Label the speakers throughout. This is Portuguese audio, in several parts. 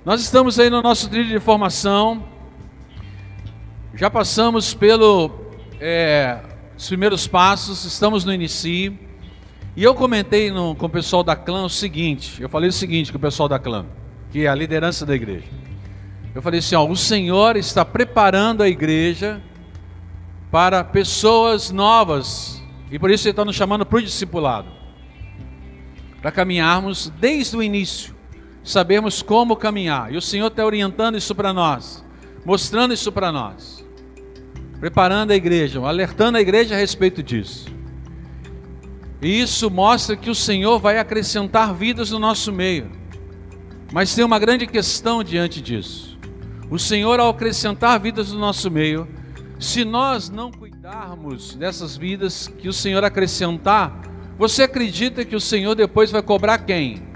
Speaker 1: Nós estamos aí no nosso trilho de formação, já passamos pelos primeiros passos, estamos no início, e eu comentei com o pessoal da clã o seguinte, eu falei o seguinte com o pessoal da clã, que é a liderança da igreja. Eu falei assim, o Senhor está preparando a igreja para pessoas novas, e por isso Ele está nos chamando para o discipulado, para caminharmos desde o início, sabermos como caminhar, e o Senhor está orientando isso para nós, mostrando isso para nós, preparando a igreja, alertando a igreja a respeito disso. E isso mostra que o Senhor vai acrescentar vidas no nosso meio. Mas tem uma grande questão diante disso. O Senhor, ao acrescentar vidas no nosso meio, se nós não cuidarmos dessas vidas que o Senhor acrescentar, você acredita que o Senhor depois vai cobrar quem?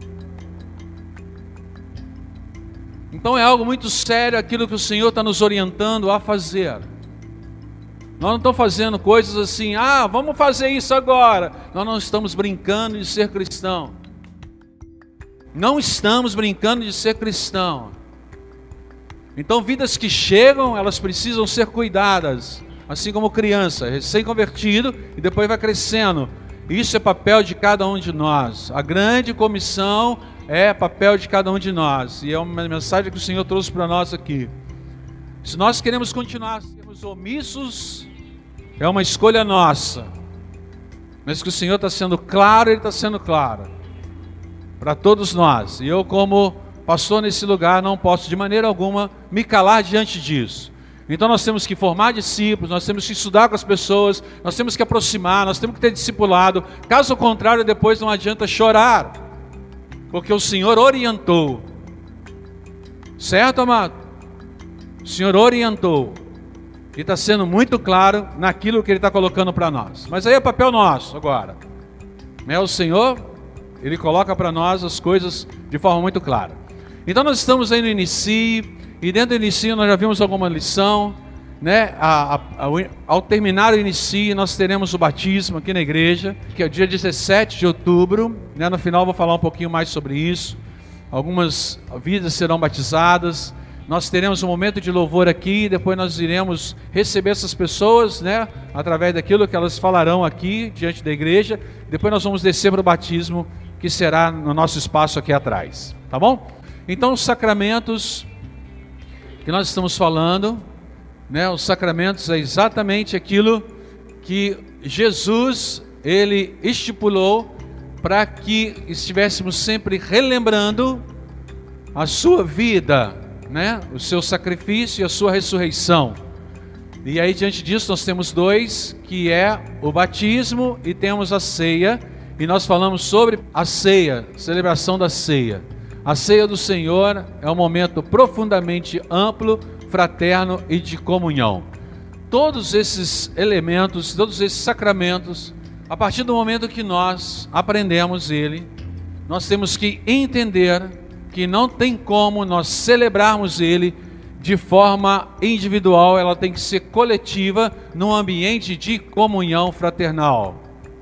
Speaker 1: Então é algo muito sério aquilo que o Senhor está nos orientando a fazer. Nós não estamos fazendo coisas assim, vamos fazer isso agora. Nós não estamos brincando de ser cristão. Não estamos brincando de ser cristão. Então vidas que chegam, elas precisam ser cuidadas. Assim como criança, recém-convertido e depois vai crescendo. Isso é papel de cada um de nós. A grande comissão é papel de cada um de nós. E é uma mensagem que o Senhor trouxe para nós aqui. Se nós queremos continuar a sermos omissos, é uma escolha nossa. Mas que o Senhor está sendo claro, Ele está sendo claro para todos nós. E eu, como pastor nesse lugar, não posso de maneira alguma me calar diante disso. Então nós temos que formar discípulos, nós temos que estudar com as pessoas, nós temos que aproximar, nós temos que ter discipulado. Caso contrário, depois não adianta chorar, porque o Senhor orientou. Certo, amado? O Senhor orientou. E está sendo muito claro naquilo que Ele está colocando para nós. Mas aí é papel nosso agora. O Senhor, Ele coloca para nós as coisas de forma muito clara. Então nós estamos aí no início, e dentro do início nós já vimos alguma lição, né? Ao terminar o início, nós teremos o batismo aqui na igreja, que é o dia 17 de outubro, né? No final eu vou falar um pouquinho mais sobre isso. Algumas vidas serão batizadas. Nós teremos um momento de louvor aqui, depois nós iremos receber essas pessoas, né? Através daquilo que elas falarão aqui, diante da igreja. Depois nós vamos descer para o batismo, que será no nosso espaço aqui atrás, tá bom? Então os sacramentos que nós estamos falando, né? Os sacramentos é exatamente aquilo que Jesus, Ele estipulou para que estivéssemos sempre relembrando a sua vida, né? O seu sacrifício e a sua ressurreição. E aí diante disso nós temos dois, que é o batismo e temos a ceia. E nós falamos sobre a ceia, celebração da ceia. A ceia do Senhor é um momento profundamente amplo, fraterno e de comunhão. Todos esses elementos, todos esses sacramentos, a partir do momento que nós aprendemos ele, nós temos que entender que não tem como nós celebrarmos ele de forma individual, ela tem que ser coletiva, num ambiente de comunhão fraternal.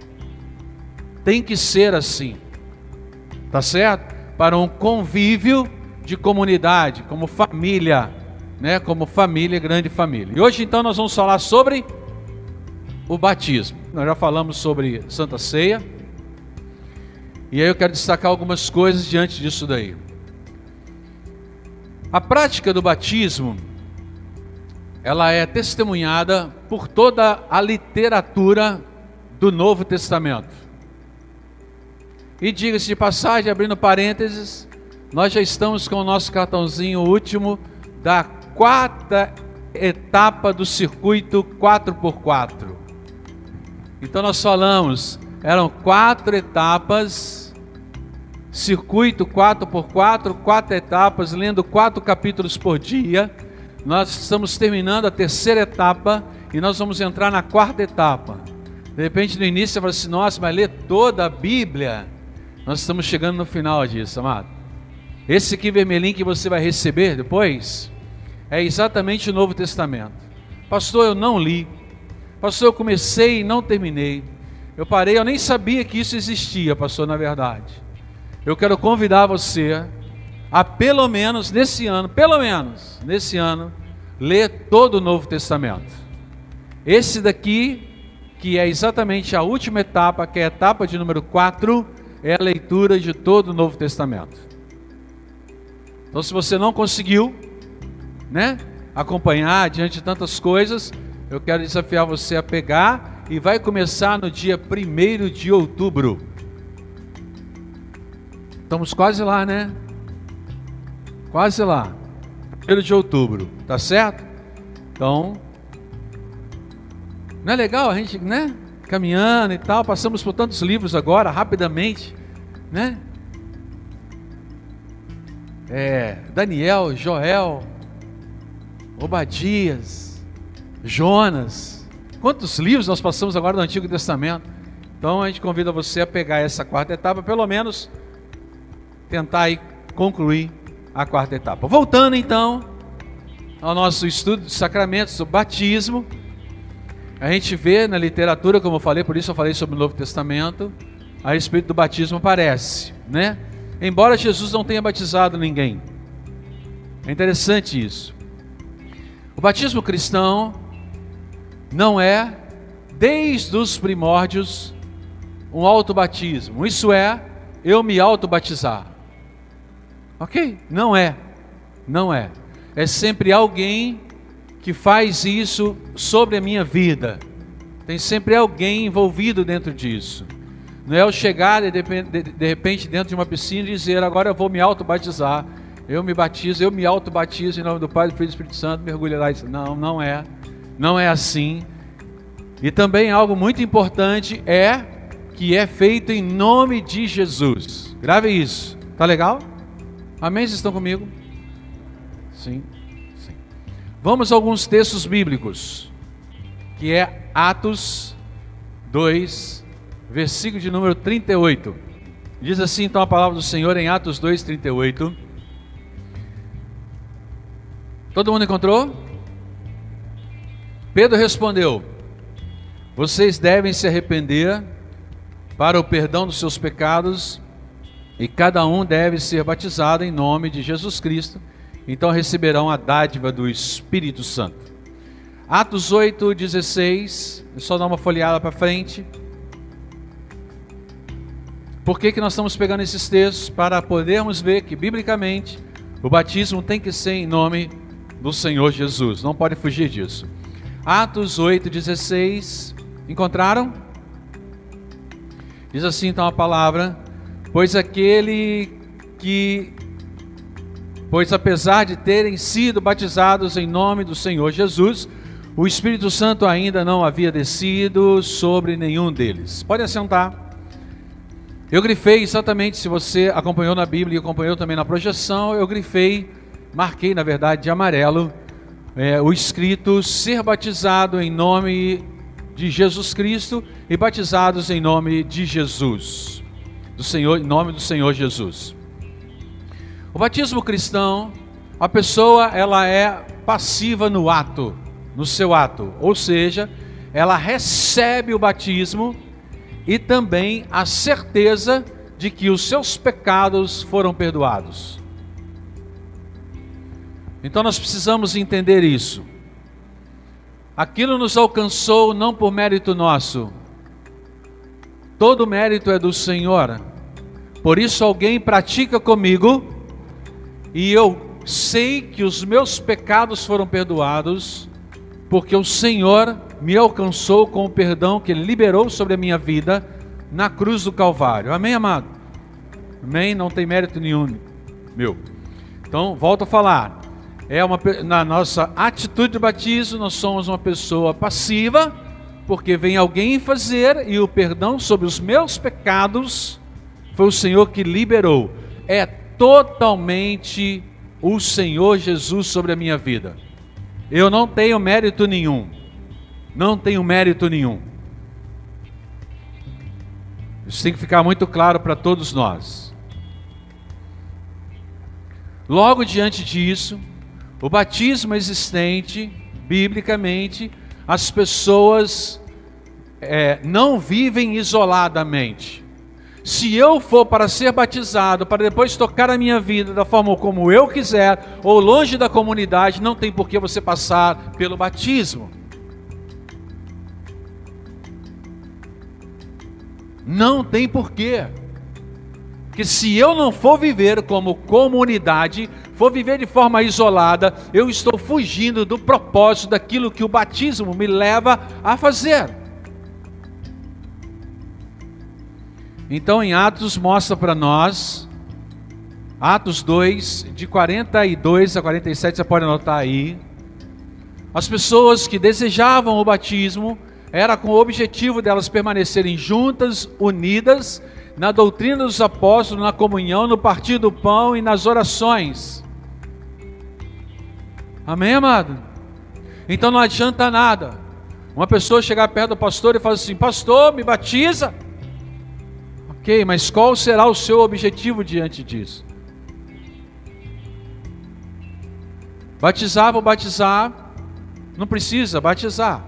Speaker 1: Tem que ser assim, tá certo? Para um convívio de comunidade, como família, né? Como família, grande família. E hoje então nós vamos falar sobre o batismo. Nós já falamos sobre Santa Ceia, e aí eu quero destacar algumas coisas diante disso daí. A prática do batismo, ela é testemunhada por toda a literatura do Novo Testamento. E diga-se de passagem, abrindo parênteses, nós já estamos com o nosso cartãozinho último da quarta etapa do circuito 4x4. Então nós falamos, eram 4 etapas, circuito 4x4, 4 etapas, lendo 4 capítulos por dia. Nós estamos terminando a 3ª etapa e nós vamos entrar na 4ª etapa. De repente no início você fala assim, nossa, mas ler toda a Bíblia? Nós estamos chegando no final disso, amado. Esse aqui vermelhinho que você vai receber depois é exatamente o Novo Testamento. Pastor, eu não li. Pastor, eu comecei e não terminei. Eu parei, eu nem sabia que isso existia, pastor, na verdade. Eu quero convidar você a pelo menos nesse ano, ler todo o Novo Testamento. Esse daqui, que é exatamente a última etapa, que é a etapa de número 4, é a leitura de todo o Novo Testamento. Então, se você não conseguiu, acompanhar diante de tantas coisas, eu quero desafiar você a pegar, e vai começar no dia 1º de outubro. Estamos quase lá, né? Quase lá. 1º de outubro, tá certo? Então, não é legal a gente, caminhando e tal, passamos por tantos livros agora, rapidamente, Daniel, Joel, Obadias, Jonas, quantos livros nós passamos agora no Antigo Testamento. Então a gente convida você a pegar essa 4ª etapa, pelo menos tentar aí concluir a 4ª etapa. Voltando então ao nosso estudo de sacramentos, do batismo, a gente vê na literatura, como eu falei, por isso eu falei sobre o Novo Testamento, a respeito do batismo aparece, embora Jesus não tenha batizado ninguém. É interessante isso. O batismo cristão não é, desde os primórdios, um autobatismo. Isso é, eu me autobatizar. Ok? Não é. É sempre alguém que faz isso sobre a minha vida. Tem sempre alguém envolvido dentro disso. Não é eu chegar de repente dentro de uma piscina e dizer, agora eu vou me autobatizar. Eu me batizo, eu me autobatizo em nome do Pai, do Filho e do Espírito Santo, mergulhará isso. Não é. Não é assim. E também algo muito importante que é feito em nome de Jesus. Grave isso. Tá legal? Amém? Vocês estão comigo? Sim. Vamos a alguns textos bíblicos, que é Atos 2, versículo de número 38. Diz assim então a palavra do Senhor em Atos 2, 38. Todo mundo encontrou? Pedro respondeu: vocês devem se arrepender para o perdão dos seus pecados, e cada um deve ser batizado em nome de Jesus Cristo, então receberão a dádiva do Espírito Santo. Atos 8, 16, só dar uma folheada para frente. Por que nós estamos pegando esses textos? Para podermos ver que, biblicamente, o batismo tem que ser em nome do Senhor Jesus, não pode fugir disso. Atos 8, 16, encontraram? Diz assim então a palavra: pois apesar de terem sido batizados em nome do Senhor Jesus, o Espírito Santo ainda não havia descido sobre nenhum deles. Pode assentar. Eu grifei exatamente, se você acompanhou na Bíblia e acompanhou também na projeção, marquei na verdade de amarelo, o escrito ser batizado em nome de Jesus Cristo e batizados em nome de Jesus, em nome do Senhor Jesus. O batismo cristão, a pessoa ela é passiva no seu ato, ou seja, ela recebe o batismo e também a certeza de que os seus pecados foram perdoados. Então nós precisamos entender isso. Aquilo nos alcançou não por mérito nosso, todo mérito é do Senhor. Por isso alguém pratica comigo, e eu sei que os meus pecados foram perdoados, porque o Senhor me alcançou com o perdão que Ele liberou sobre a minha vida na cruz do Calvário. Amém, amado? Amém? Não tem mérito nenhum meu. Então, volto a falar. Na nossa atitude de batismo, nós somos uma pessoa passiva, porque vem alguém fazer, e o perdão sobre os meus pecados foi o Senhor que liberou. É totalmente o Senhor Jesus sobre a minha vida. Eu não tenho mérito nenhum. Isso tem que ficar muito claro para todos nós. Logo diante disso, o batismo existente, biblicamente, as pessoas não vivem isoladamente. Se eu for para ser batizado, para depois tocar a minha vida da forma como eu quiser, ou longe da comunidade, não tem por que você passar pelo batismo. Não tem porquê. Porque se eu não for viver como comunidade, for viver de forma isolada, eu estou fugindo do propósito daquilo que o batismo me leva a fazer. Então em Atos mostra para nós, Atos 2, de 42 a 47, você pode anotar aí, as pessoas que desejavam o batismo, era com o objetivo delas permanecerem juntas, unidas, na doutrina dos apóstolos, na comunhão, no partir do pão e nas orações. Amém, amado? Então não adianta nada uma pessoa chegar perto do pastor e falar assim: pastor, me batiza. Ok, mas qual será o seu objetivo diante disso? Batizar por batizar, não precisa batizar.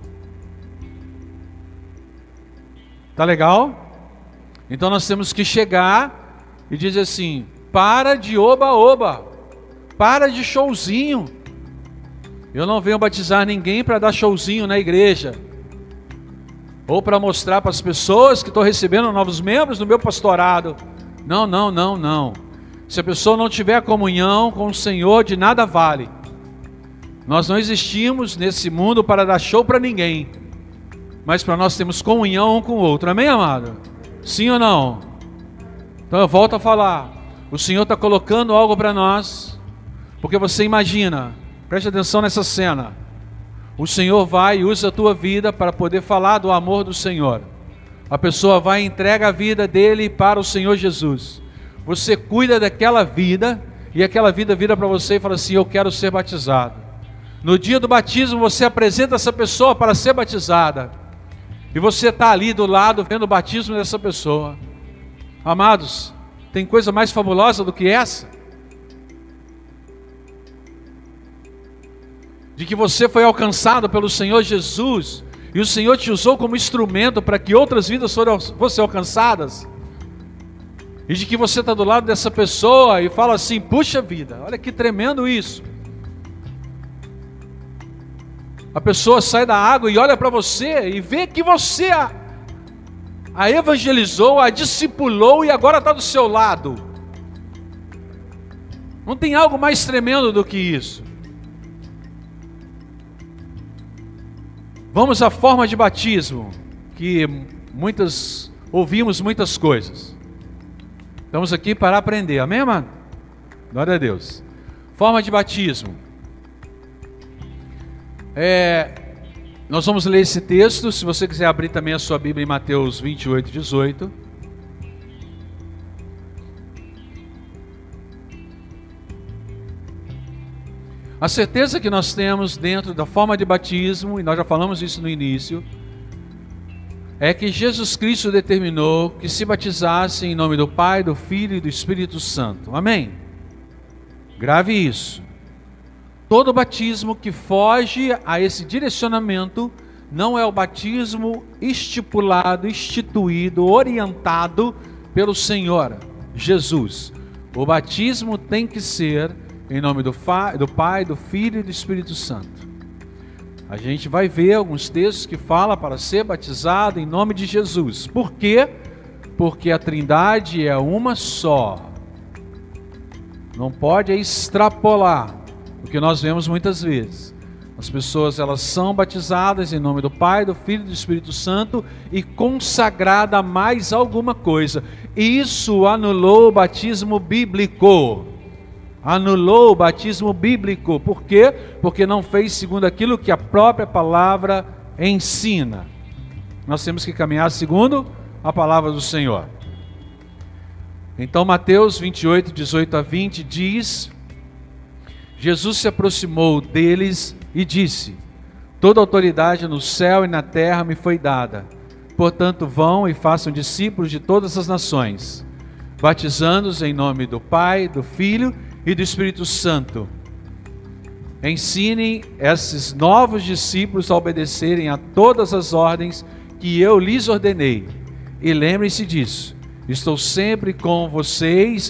Speaker 1: Tá legal? Então nós temos que chegar e dizer assim: para de oba-oba, para de showzinho. Eu não venho batizar ninguém para dar showzinho na igreja, ou para mostrar para as pessoas que estou recebendo novos membros do meu pastorado. Não, não, não, não. Se a pessoa não tiver comunhão com o Senhor, de nada vale. Nós não existimos nesse mundo para dar show para ninguém, mas para nós termos comunhão um com o outro. Amém, amado? Sim ou não? Então eu volto a falar. O Senhor está colocando algo para nós, porque você imagina, preste atenção nessa cena. O Senhor vai e usa a tua vida para poder falar do amor do Senhor. A pessoa vai e entrega a vida dele para o Senhor Jesus. Você cuida daquela vida, e aquela vida vira para você e fala assim: eu quero ser batizado. No dia do batismo você apresenta essa pessoa para ser batizada, e você está ali do lado vendo o batismo dessa pessoa. Amados, tem coisa mais fabulosa do que essa? De que você foi alcançado pelo Senhor Jesus, e o Senhor te usou como instrumento para que outras vidas fossem alcançadas, e de que você está do lado dessa pessoa e fala assim: puxa vida, olha que tremendo isso. A pessoa sai da água e olha para você e vê que você a evangelizou, a discipulou e agora está do seu lado. Não tem algo mais tremendo do que isso. Vamos à forma de batismo, que ouvimos muitas coisas. Estamos aqui para aprender, amém, mano? Glória a Deus. Forma de batismo. Nós vamos ler esse texto. Se você quiser abrir também a sua Bíblia em Mateus 28, 18. A certeza que nós temos dentro da forma de batismo, e nós já falamos isso no início, é que Jesus Cristo determinou que se batizasse em nome do Pai, do Filho e do Espírito Santo. Amém? Grave isso. Todo batismo que foge a esse direcionamento não é o batismo estipulado, instituído, orientado pelo Senhor Jesus. O batismo tem que ser em nome do Pai, do Filho e do Espírito Santo. A gente vai ver alguns textos que falam para ser batizado em nome de Jesus. Por quê? Porque a Trindade é uma só. Não pode extrapolar o que nós vemos muitas vezes. As pessoas, elas são batizadas em nome do Pai, do Filho e do Espírito Santo e consagrada a mais alguma coisa. Isso anulou o batismo bíblico. Anulou o batismo bíblico. Por quê? Porque não fez segundo aquilo que a própria palavra ensina. Nós temos que caminhar segundo a palavra do Senhor. Então Mateus 28, 18 a 20 diz: Jesus se aproximou deles e disse: toda autoridade no céu e na terra me foi dada. Portanto, vão e façam discípulos de todas as nações, batizando-os em nome do Pai, do Filho e do Espírito Santo. Ensinem esses novos discípulos a obedecerem a todas as ordens que eu lhes ordenei. E lembrem-se disso: Estou sempre com vocês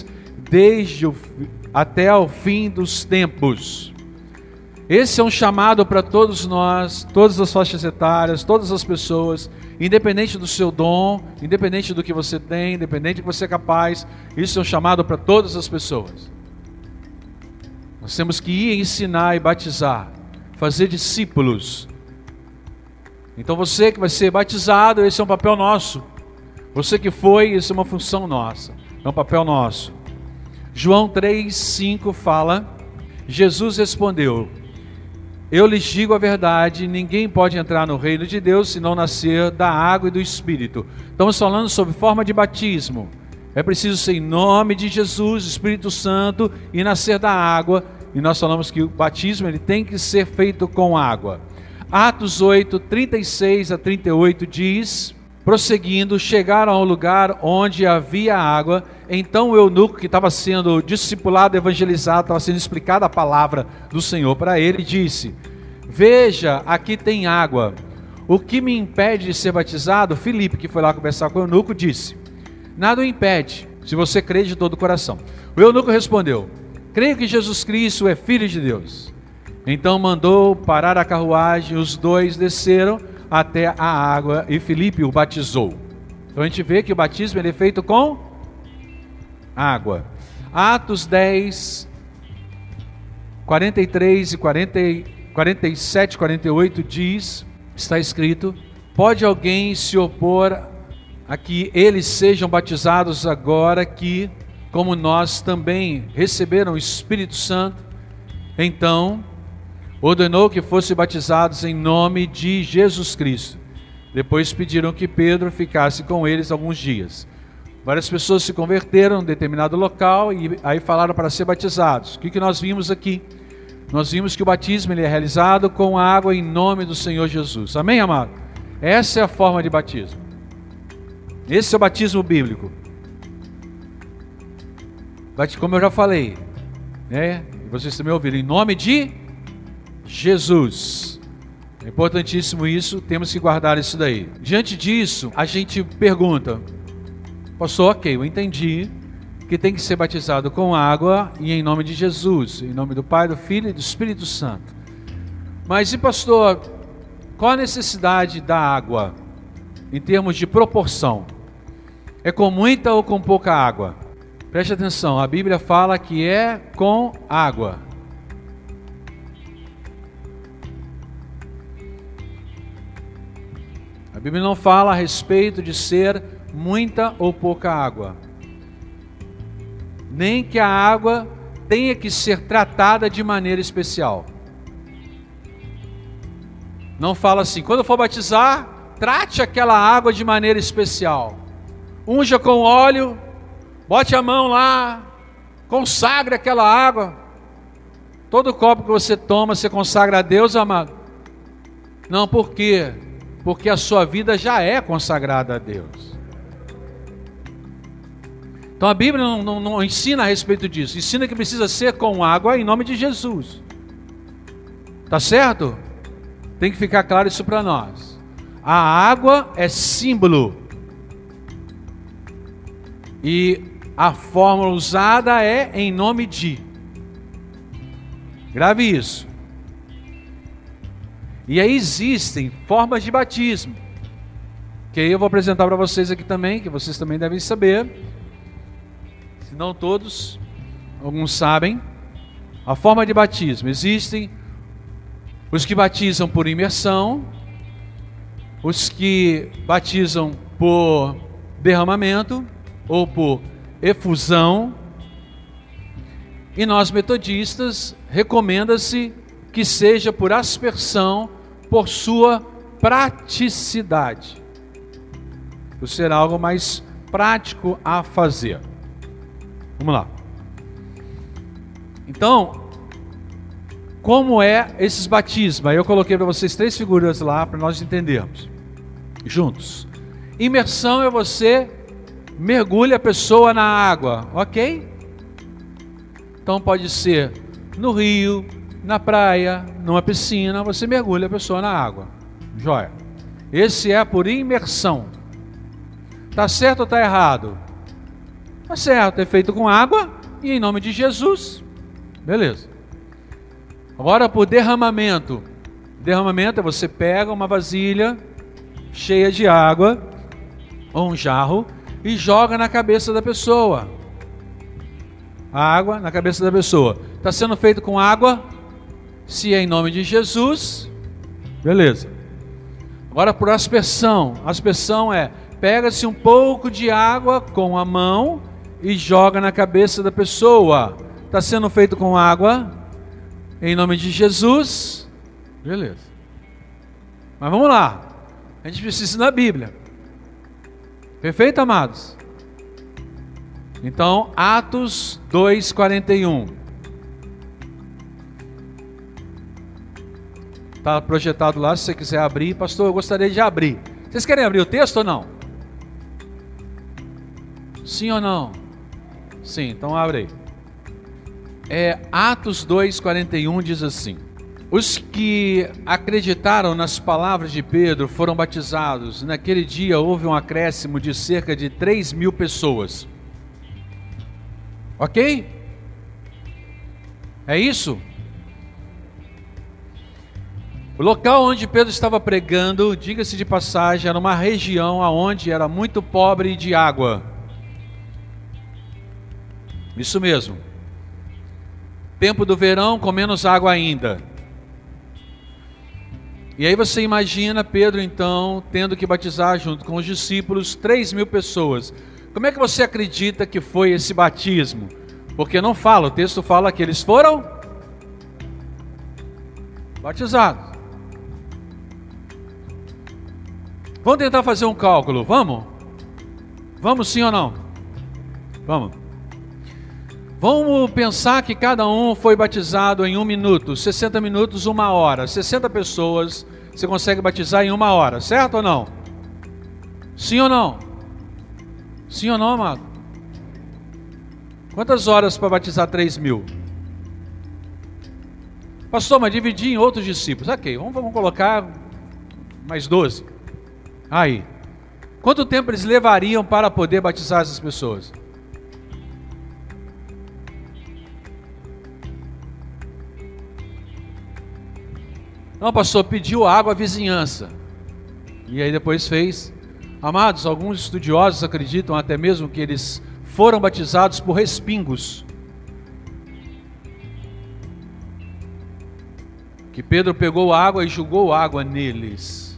Speaker 1: até o fim dos tempos. Esse é um chamado para todos nós, todas as faixas etárias, todas as pessoas, independente do seu dom, independente do que você tem, independente do que você é capaz. Isso é um chamado para todas as pessoas. Nós temos que ir ensinar e batizar, fazer discípulos. Então você que vai ser batizado, esse é um papel nosso. Você que foi, isso é uma função nossa, é um papel nosso. João 3,5 fala: Jesus respondeu: eu lhes digo a verdade, ninguém pode entrar no reino de Deus se não nascer da água e do Espírito. Estamos falando sobre forma de batismo. É preciso ser em nome de Jesus, Espírito Santo, e nascer da água. E nós falamos que o batismo ele tem que ser feito com água. Atos 8, 36 a 38 diz: prosseguindo, chegaram ao lugar onde havia água. Então o eunuco, que estava sendo discipulado, evangelizado, estava sendo explicada a palavra do Senhor para ele, disse: veja, aqui tem água. O que me impede de ser batizado? Filipe, que foi lá conversar com o eunuco, disse: nada o impede, se você crê de todo o coração. O eunuco respondeu: creio que Jesus Cristo é Filho de Deus. Então mandou parar a carruagem, os dois desceram até a água e Filipe o batizou. Então a gente vê que o batismo ele é feito com água. Atos 10, 43 e 47, 48 diz, está escrito: pode alguém se opor a que eles sejam batizados agora que, como nós também receberam o Espírito Santo? Então ordenou que fossem batizados em nome de Jesus Cristo. Depois pediram que Pedro ficasse com eles alguns dias. Várias pessoas se converteram em determinado local e aí falaram para ser batizados. O que nós vimos aqui? Nós vimos que o batismo ele é realizado com água em nome do Senhor Jesus. Amém, amado? Essa é a forma de batismo. Esse é o batismo bíblico. Como eu já falei, né? Vocês também ouviram, em nome de Jesus. É importantíssimo isso, temos que guardar isso daí. Diante disso, a gente pergunta: pastor, ok, eu entendi que tem que ser batizado com água e em nome de Jesus, em nome do Pai, do Filho e do Espírito Santo. Mas e pastor, qual a necessidade da água em termos de proporção? É com muita ou com pouca água? Preste atenção, a Bíblia fala que é com água. A Bíblia não fala a respeito de ser muita ou pouca água. Nem que a água tenha que ser tratada de maneira especial. Não fala assim: quando for batizar, trate aquela água de maneira especial. Unja com óleo, bote a mão lá, consagre aquela água. Todo copo que você toma, você consagra a Deus, amado? Não, por quê? Porque a sua vida já é consagrada a Deus. Então a Bíblia não ensina a respeito disso. Ensina que precisa ser com água em nome de Jesus. Tá certo? Tem que ficar claro isso para nós. A água é símbolo. E a fórmula usada é em nome de. Grave isso. E aí existem formas de batismo, que aí eu vou apresentar para vocês aqui também, que vocês também devem saber. Se não todos, alguns sabem. A forma de batismo: existem os que batizam por imersão, os que batizam por derramamento ou por efusão. E nós metodistas recomenda-se que seja por aspersão, por sua praticidade, por ser algo mais prático a fazer. Vamos lá. Então, como é esses batismos? Aí eu coloquei para vocês 3 figuras lá para nós entendermos juntos. Imersão é você mergulha a pessoa na água, ok? Então pode ser no rio, na praia, numa piscina, você mergulha a pessoa na água. Joia. Esse é por imersão. Tá certo ou tá errado? Tá certo, é feito com água e em nome de Jesus. Beleza. Agora por derramamento. Derramamento é você pega uma vasilha cheia de água ou um jarro e joga na cabeça da pessoa. A água na cabeça da pessoa. Está sendo feito com água? Se é em nome de Jesus, beleza. Agora por aspersão. Aspersão é, pega-se um pouco de água com a mão e joga na cabeça da pessoa. Está sendo feito com água? Em nome de Jesus, beleza. Mas vamos lá. A gente precisa da Bíblia. Perfeito, amados? Então, Atos 2:41. Está projetado lá, se você quiser abrir. Pastor, eu gostaria de abrir. Vocês querem abrir o texto ou não? Sim ou não? Sim, então abre aí. Atos 2:41 diz assim: os que acreditaram nas palavras de Pedro foram batizados. Naquele dia houve um acréscimo de cerca de 3.000 pessoas. Ok? É isso? O local onde Pedro estava pregando, diga-se de passagem, era uma região onde era muito pobre de água. Isso mesmo. Tempo do verão com menos água ainda. E aí você imagina Pedro então tendo que batizar junto com os discípulos 3.000 pessoas. Como é que você acredita que foi esse batismo? Porque não fala, o texto fala que eles foram batizados. Vamos tentar fazer um cálculo, vamos? Vamos sim ou não? Vamos. Vamos pensar que cada um foi batizado em 1 minuto, 60 minutos, 1 hora. 60 pessoas você consegue batizar em 1 hora, certo ou não? Sim ou não? Sim ou não, amado? Quantas horas para batizar 3.000? Pastor, mas dividir em outros discípulos. Ok, vamos colocar mais 12. Aí. Quanto tempo eles levariam para poder batizar essas pessoas? Não, pastor, pediu água à vizinhança. E aí depois fez. Amados, alguns estudiosos acreditam até mesmo que eles foram batizados por respingos. Que Pedro pegou água e jogou água neles.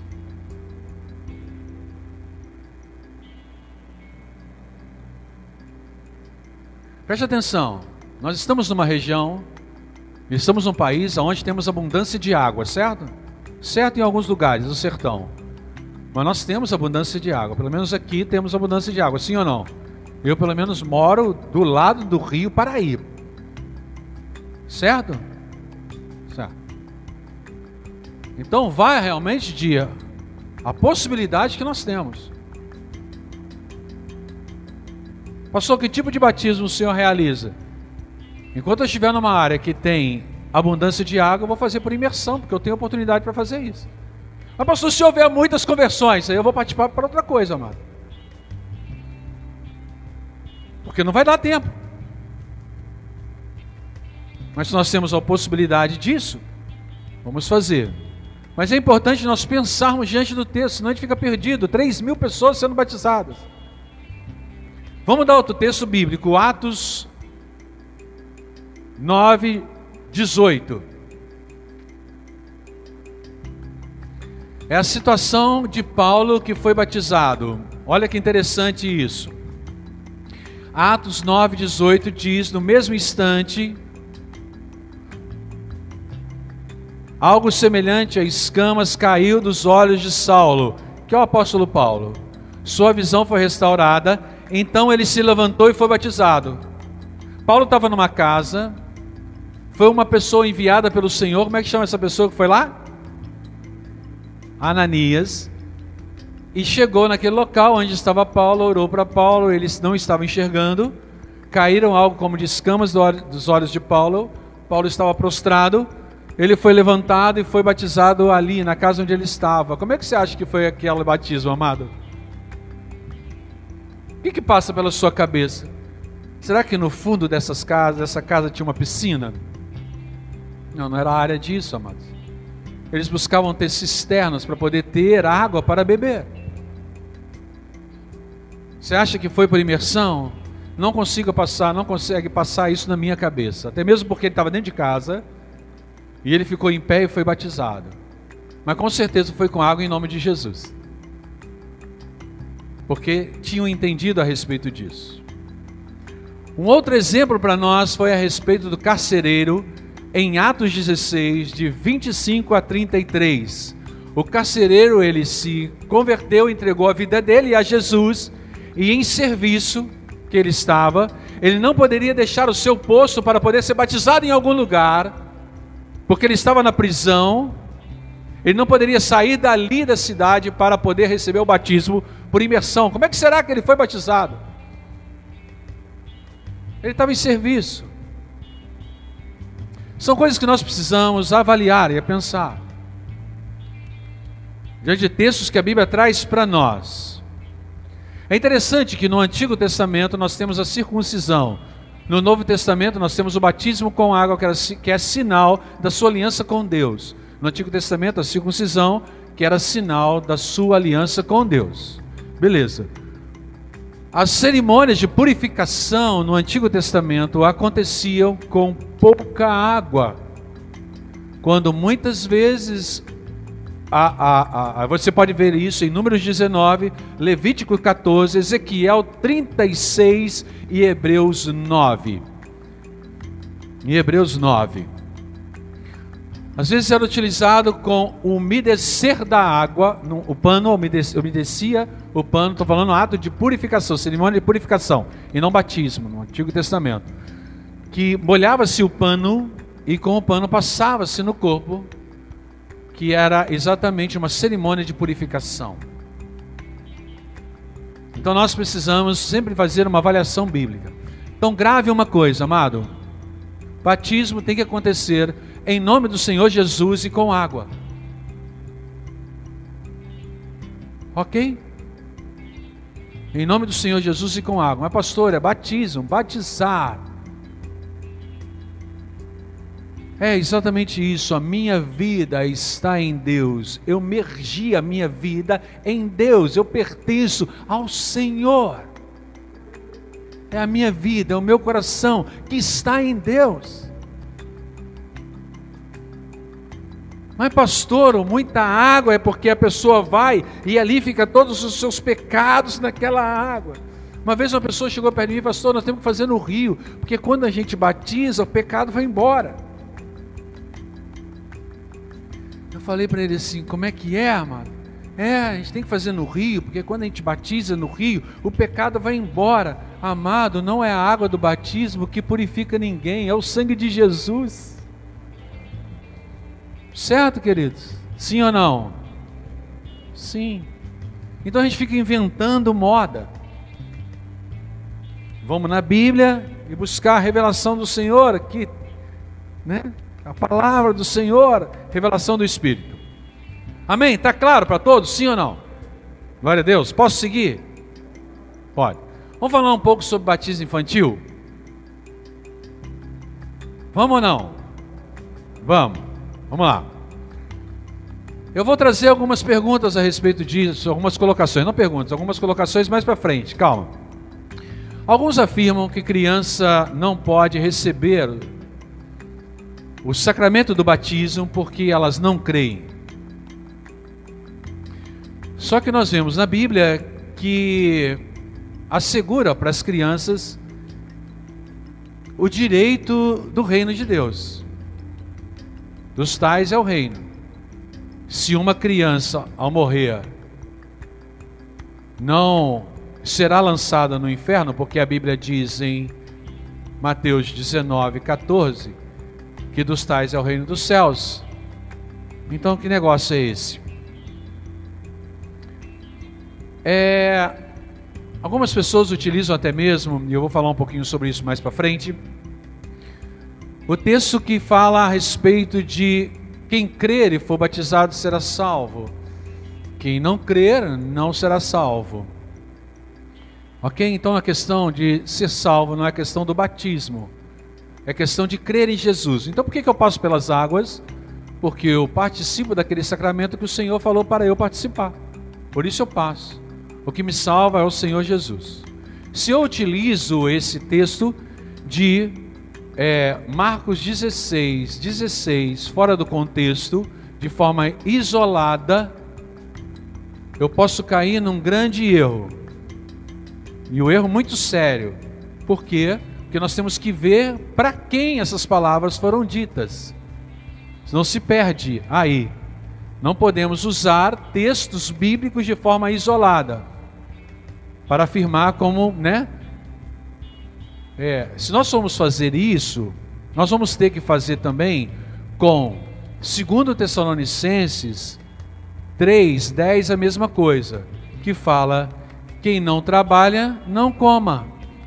Speaker 1: Preste atenção, nós estamos numa região, estamos num país onde temos abundância de água, certo? Certo em alguns lugares, no sertão. Mas nós temos abundância de água, pelo menos aqui temos abundância de água, sim ou não? Eu pelo menos moro do lado do rio Paraíba. Certo? Certo. Então vai realmente de a possibilidade que nós temos. Pastor, que tipo de batismo o senhor realiza? Enquanto eu estiver numa área que tem abundância de água, eu vou fazer por imersão, porque eu tenho oportunidade para fazer isso. Mas pastor, se houver muitas conversões, aí eu vou participar para outra coisa, amado. Porque não vai dar tempo. Mas se nós temos a possibilidade disso, vamos fazer. Mas é importante nós pensarmos diante do texto, senão a gente fica perdido. 3.000 pessoas sendo batizadas. Vamos dar outro texto bíblico, Atos 9:18. É a situação de Paulo que foi batizado. Olha que interessante isso. Atos 9:18 diz: no mesmo instante, algo semelhante a escamas caiu dos olhos de Saulo, que é o apóstolo Paulo. Sua visão foi restaurada, então ele se levantou e foi batizado. Paulo estava numa casa, foi uma pessoa enviada pelo Senhor. Como é que chama essa pessoa que foi lá? Ananias. E chegou naquele local onde estava Paulo, orou para Paulo, eles não estavam enxergando, caíram algo como de escamas dos olhos de Paulo. Paulo estava prostrado, ele foi levantado e foi batizado ali na casa onde ele estava. Como é que você acha que foi aquele batismo, amado? O que passa pela sua cabeça? Será que no fundo dessa casa tinha uma piscina? Não, não era a área disso, amados. Eles buscavam ter cisternas para poder ter água para beber. Você acha que foi por imersão? Não consegue passar isso na minha cabeça. Até mesmo porque ele estava dentro de casa e ele ficou em pé e foi batizado. Mas com certeza foi com água em nome de Jesus. Porque tinham entendido a respeito disso. Um outro exemplo para nós foi a respeito do carcereiro em Atos 16, de 25 a 33. O carcereiro, ele se converteu, entregou a vida dele a Jesus, e em serviço que ele estava, ele não poderia deixar o seu posto para poder ser batizado em algum lugar, porque ele estava na prisão. Ele não poderia sair dali da cidade para poder receber o batismo por imersão. Como é que será que ele foi batizado? Ele estava em serviço. São coisas que nós precisamos avaliar e pensar. Diante de textos que a Bíblia traz para nós. É interessante que no Antigo Testamento nós temos a circuncisão. No Novo Testamento nós temos o batismo com água, que é sinal da sua aliança com Deus. No Antigo Testamento a circuncisão, que era sinal da sua aliança com Deus. Beleza. As cerimônias de purificação no Antigo Testamento aconteciam com pouca água, quando muitas vezes você pode ver isso em Números 19, Levítico 14, Ezequiel 36 e Hebreus 9. Em Hebreus 9. Às vezes era utilizado com o umedecer da água, o pano umedecia o pano, estou falando ato de purificação, cerimônia de purificação, e não batismo, no Antigo Testamento. Que molhava-se o pano e com o pano passava-se no corpo, que era exatamente uma cerimônia de purificação. Então nós precisamos sempre fazer uma avaliação bíblica. Então grave uma coisa, amado: batismo tem que acontecer em nome do Senhor Jesus e com água. Ok? Em nome do Senhor Jesus e com água. Mas pastor, é batismo, batizar. É exatamente isso. A minha vida está em Deus. Eu mergi a minha vida em Deus. Eu pertenço ao Senhor. É a minha vida, é o meu coração que está em Deus. Mas pastor, muita água é porque a pessoa vai e ali fica todos os seus pecados naquela água. Uma vez uma pessoa chegou perto de mim: pastor, nós temos que fazer no rio, porque quando a gente batiza, o pecado vai embora. Eu falei para ele assim: como é que é, amado? A gente tem que fazer no rio, porque quando a gente batiza no rio, o pecado vai embora. Amado, não é a água do batismo que purifica ninguém, é o sangue de Jesus. Certo, queridos? Sim ou não? Sim. Então a gente fica inventando moda. Vamos na Bíblia e buscar a revelação do Senhor aqui, né? A palavra do Senhor, revelação do Espírito. Amém? Está claro para todos? Sim ou não? Glória a Deus. Posso seguir? Pode. Vamos falar um pouco sobre batismo infantil? Vamos ou não? Vamos. Vamos lá. Eu vou trazer algumas perguntas a respeito disso, algumas colocações, não perguntas, algumas colocações mais para frente, calma. Alguns afirmam que criança não pode receber o sacramento do batismo porque elas não creem. Só que nós vemos na Bíblia que assegura para as crianças o direito do reino de Deus. Dos tais é o reino. Se uma criança, ao morrer, não será lançada no inferno, porque a Bíblia diz em Mateus 19:14 que dos tais é o reino dos céus. Então que negócio é esse? Algumas pessoas utilizam até mesmo, e eu vou falar um pouquinho sobre isso mais para frente, o texto que fala a respeito de quem crer e for batizado será salvo. Quem não crer não será salvo. Ok? Então a questão de ser salvo não é questão do batismo, é questão de crer em Jesus. Então por que eu passo pelas águas? Porque eu participo daquele sacramento que o Senhor falou para eu participar. Por isso eu passo. O que me salva é o Senhor Jesus. Se eu utilizo esse texto de Marcos 16, fora do contexto, de forma isolada, eu posso cair num grande erro. E um erro muito sério. Por quê? Porque nós temos que ver para quem essas palavras foram ditas. Senão se perde aí. Não podemos usar textos bíblicos de forma isolada para afirmar como, se nós formos fazer isso, nós vamos ter que fazer também com 2 Tessalonicenses 3:10 a mesma coisa, que fala: quem não trabalha, não coma.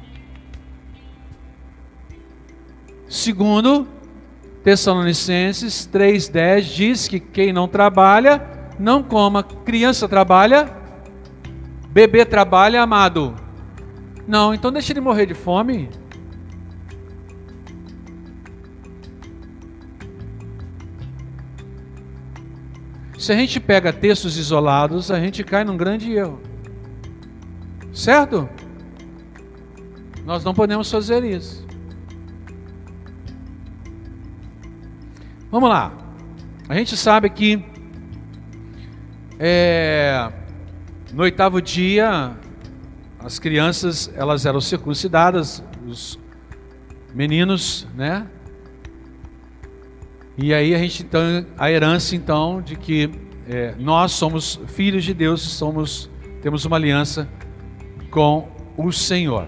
Speaker 1: 2 Tessalonicenses 3:10 diz que quem não trabalha, não coma. Criança trabalha, bebê trabalha, amado. Não, então deixa ele morrer de fome. Se a gente pega textos isolados, a gente cai num grande erro. Certo? Nós não podemos fazer isso. Vamos lá. A gente sabe que no 8º dia as crianças elas eram circuncidadas, os meninos, E aí a gente tem a herança então de que nós somos filhos de Deus, temos uma aliança com o Senhor.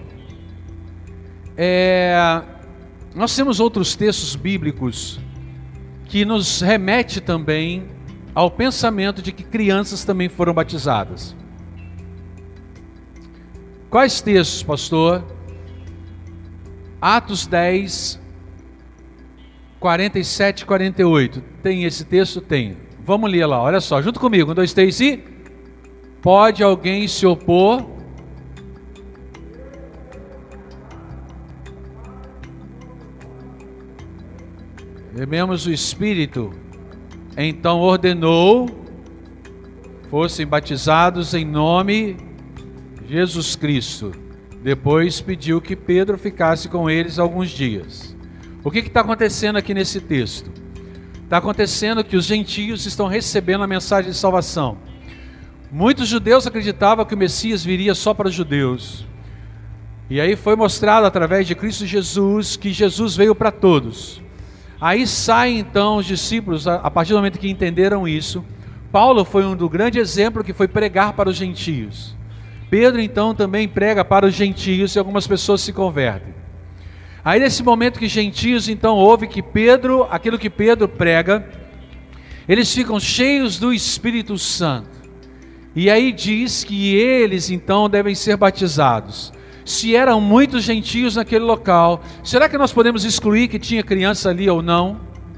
Speaker 1: Nós temos outros textos bíblicos que nos remete também ao pensamento de que crianças também foram batizadas. Quais textos, pastor? Atos 10, 47 e 48. Tem esse texto? Tem. Vamos ler lá, olha só, junto comigo. 1, 2, 3 e... Pode alguém se opor? Rememos o Espírito. Então ordenou, fossem batizados em nome de Jesus Cristo. Depois pediu que Pedro ficasse com eles alguns dias. O que está acontecendo aqui nesse texto? Está acontecendo que os gentios estão recebendo a mensagem de salvação. Muitos judeus acreditavam que o Messias viria só para os judeus. E aí foi mostrado através de Cristo Jesus que Jesus veio para todos. Aí saem então os discípulos, a partir do momento que entenderam isso. Paulo foi um do grande exemplo que foi pregar para os gentios. Pedro então também prega para os gentios e algumas pessoas se convertem. Aí nesse momento que gentios então ouvem que aquilo que Pedro prega, eles ficam cheios do Espírito Santo. E aí diz que eles então devem ser batizados. Se eram muitos gentios naquele local, será que nós podemos excluir que tinha criança ali ou não?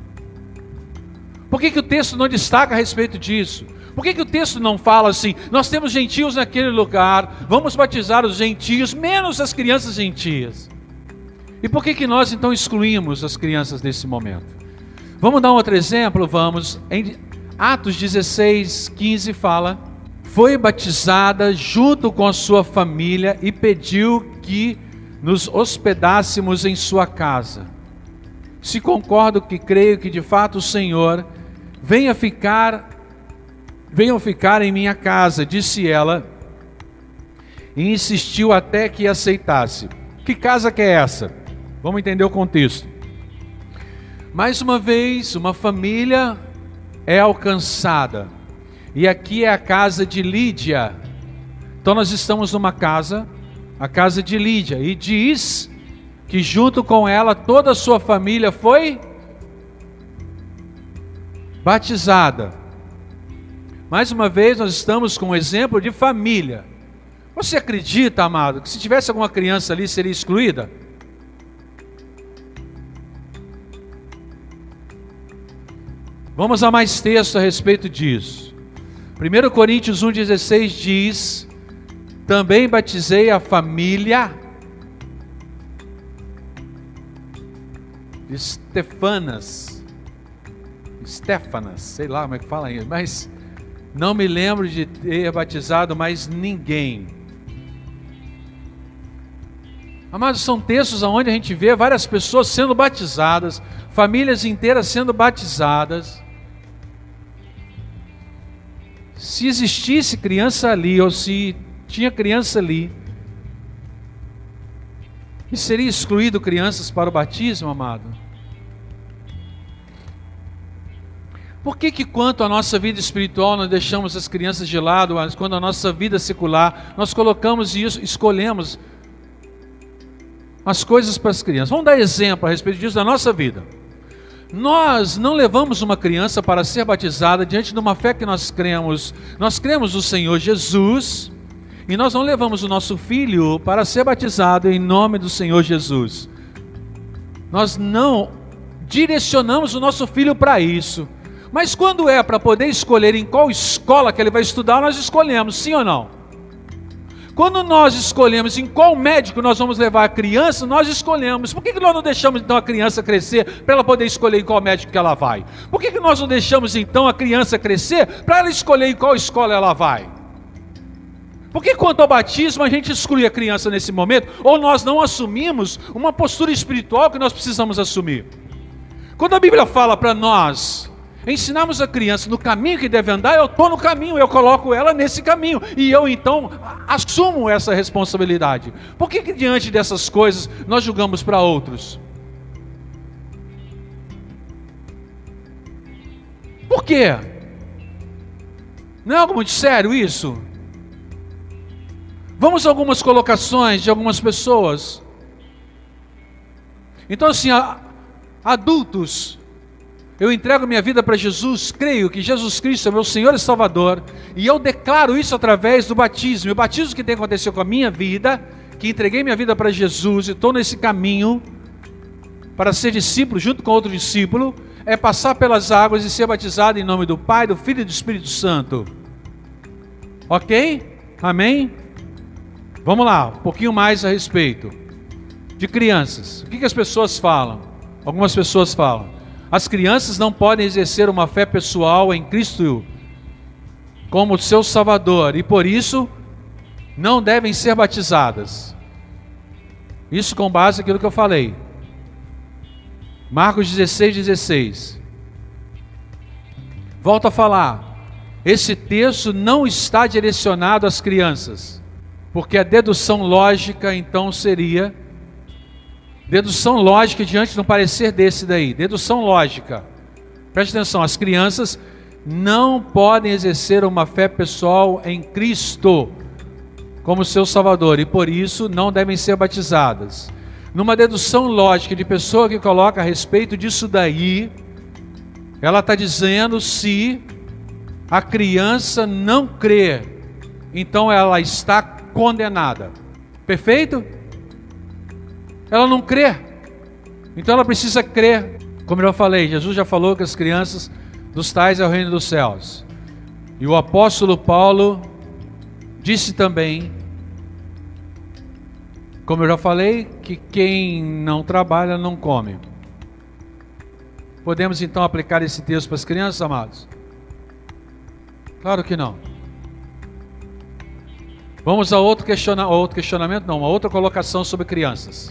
Speaker 1: Por que o texto não destaca a respeito disso? Por que o texto não fala assim, nós temos gentios naquele lugar, vamos batizar os gentios, menos as crianças gentias? E por que nós então excluímos as crianças nesse momento? Vamos dar um outro exemplo? Vamos. Em Atos 16, 15 fala: foi batizada junto com a sua família e pediu que nos hospedássemos em sua casa. Se concordo que creio que de fato o Senhor venham ficar em minha casa, disse ela, e insistiu até que aceitasse. Que casa que é essa? Vamos entender o contexto. Mais uma vez, uma família é alcançada. E aqui é a casa de Lídia. Então nós estamos numa casa, a casa de Lídia. E diz que junto com ela toda a sua família foi batizada. Mais uma vez nós estamos com um exemplo de família. Você acredita, amado, que se tivesse alguma criança ali seria excluída? Vamos a mais texto a respeito disso. 1 Coríntios 1,16 diz Também batizei a família de Stefanas, sei lá como é que fala isso, mas não me lembro de ter batizado mais ninguém. Amados, são textos onde a gente vê várias pessoas sendo batizadas, famílias inteiras sendo batizadas. Se existisse criança ali, ou se tinha criança ali, e seria excluído crianças para o batismo, amado? Por que quanto à nossa vida espiritual nós deixamos as crianças de lado, mas quando a nossa vida secular nós colocamos isso, escolhemos as coisas para as crianças? Vamos dar exemplo a respeito disso da nossa vida. Nós não levamos uma criança para ser batizada diante de uma fé que nós cremos. Nós cremos no Senhor Jesus, e nós não levamos o nosso filho para ser batizado em nome do Senhor Jesus. Nós não direcionamos o nosso filho para isso. Mas quando é para poder escolher em qual escola que ele vai estudar, nós escolhemos, sim ou não? Quando nós escolhemos em qual médico nós vamos levar a criança, nós escolhemos. Por que nós não deixamos então a criança crescer para ela poder escolher em qual médico que ela vai? Por que nós não deixamos então a criança crescer para ela escolher em qual escola ela vai? Por que quanto ao batismo a gente exclui a criança nesse momento? Ou nós não assumimos uma postura espiritual que nós precisamos assumir? Quando a Bíblia fala para nós ensinarmos a criança no caminho que deve andar, eu estou no caminho, eu coloco ela nesse caminho, e eu então assumo essa responsabilidade. Por que diante dessas coisas nós julgamos para outros? Por quê? Não é algo muito sério isso? Vamos a algumas colocações de algumas pessoas. Então assim, adultos, eu entrego minha vida para Jesus, creio que Jesus Cristo é meu Senhor e Salvador, e eu declaro isso através do batismo. E o batismo que tem acontecido com a minha vida, que entreguei minha vida para Jesus e estou nesse caminho para ser discípulo junto com outro discípulo, é passar pelas águas e ser batizado em nome do Pai, do Filho e do Espírito Santo. Ok? Amém? Vamos lá, um pouquinho mais a respeito de crianças. O que as pessoas falam? Algumas pessoas falam: as crianças não podem exercer uma fé pessoal em Cristo como seu Salvador, e por isso não devem ser batizadas. Isso com base naquilo que eu falei. Marcos 16:16. Volto a falar. Esse texto não está direcionado às crianças, porque a dedução lógica então seria... dedução lógica diante de um parecer desse daí. Dedução lógica. Preste atenção, as crianças não podem exercer uma fé pessoal em Cristo como seu Salvador, e por isso não devem ser batizadas. Numa dedução lógica de pessoa que coloca a respeito disso daí, ela está dizendo: se a criança não crê, então ela está condenada. Perfeito? Ela não crê, então ela precisa crer. Como eu já falei, Jesus já falou que as crianças dos tais é o reino dos céus. E o apóstolo Paulo disse também, como eu já falei, que quem não trabalha não come. Podemos então aplicar esse texto para as crianças, amados? Claro que não. Vamos a outro questionamento, não, uma outra colocação sobre crianças.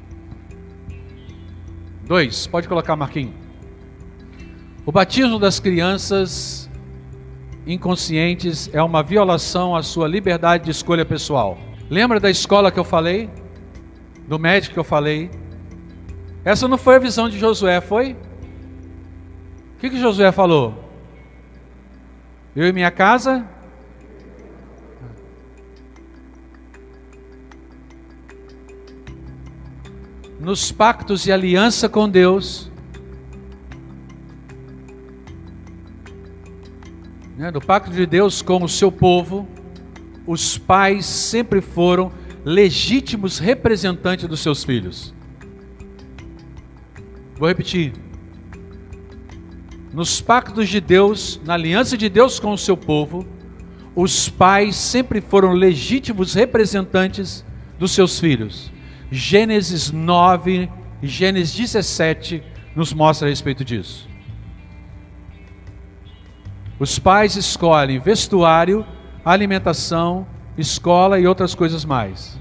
Speaker 1: 2, pode colocar, Marquinhos. O batismo das crianças inconscientes é uma violação à sua liberdade de escolha pessoal. Lembra da escola que eu falei? Do médico que eu falei? Essa não foi a visão de Josué, foi? O que Josué falou? Eu e minha casa... nos pactos e aliança com Deus, no pacto de Deus com o seu povo, os pais sempre foram legítimos representantes dos seus filhos. Vou repetir. Nos pactos de Deus, na aliança de Deus com o seu povo, os pais sempre foram legítimos representantes dos seus filhos. Gênesis 9 e Gênesis 17 nos mostra a respeito disso. Os pais escolhem vestuário, alimentação, escola e outras coisas mais.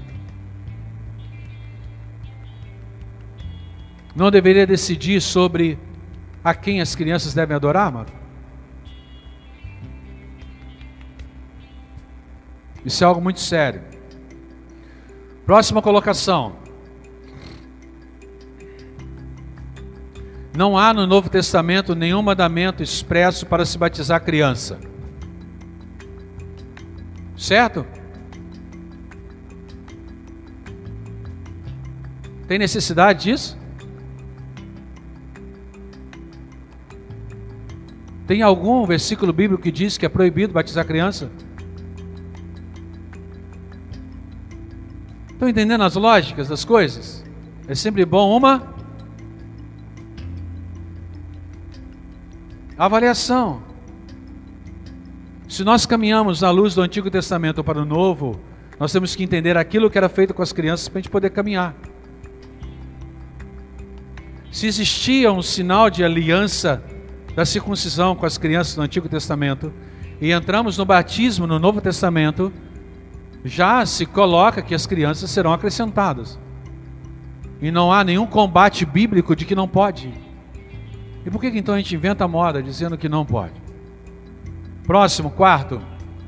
Speaker 1: Não deveria decidir sobre a quem as crianças devem adorar, amado? Isso é algo muito sério. Próxima colocação. Não há no Novo Testamento nenhum mandamento expresso para se batizar a criança. Certo? Tem necessidade disso? Tem algum versículo bíblico que diz que é proibido batizar criança? Estão entendendo as lógicas das coisas? É sempre bom uma avaliação. Se nós caminhamos na luz do Antigo Testamento para o Novo, nós temos que entender aquilo que era feito com as crianças para a gente poder caminhar. Se existia um sinal de aliança da circuncisão com as crianças no Antigo Testamento e entramos no batismo no Novo Testamento, já se coloca que as crianças serão acrescentadas. E não há nenhum combate bíblico de que não pode. E por que então a gente inventa moda dizendo que não pode? Próximo, quarto.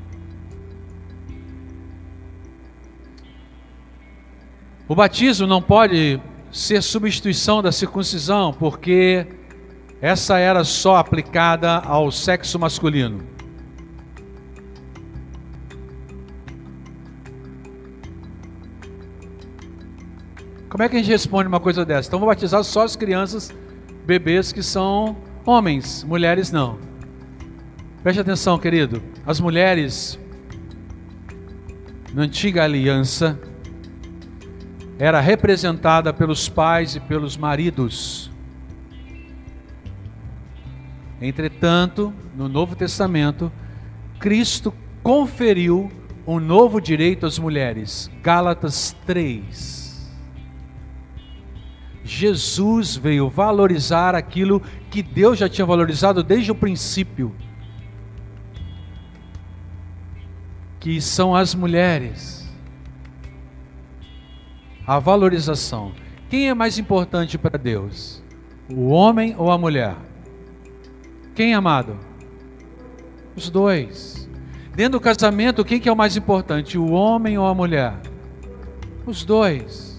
Speaker 1: O batismo não pode ser substituição da circuncisão, porque essa era só aplicada ao sexo masculino. Como é que a gente responde uma coisa dessa? Então vou batizar só as crianças, bebês que são homens, mulheres não. Preste atenção, querido. As mulheres, na antiga aliança, era representada pelos pais e pelos maridos. Entretanto, no Novo Testamento, Cristo conferiu um novo direito às mulheres. Gálatas 3. Jesus veio valorizar aquilo que Deus já tinha valorizado desde o princípio, que são as mulheres. A valorização. Quem é mais importante para Deus? O homem ou a mulher? Quem, amado? Os dois. Dentro do casamento, quem que é o mais importante? O homem ou a mulher? Os dois.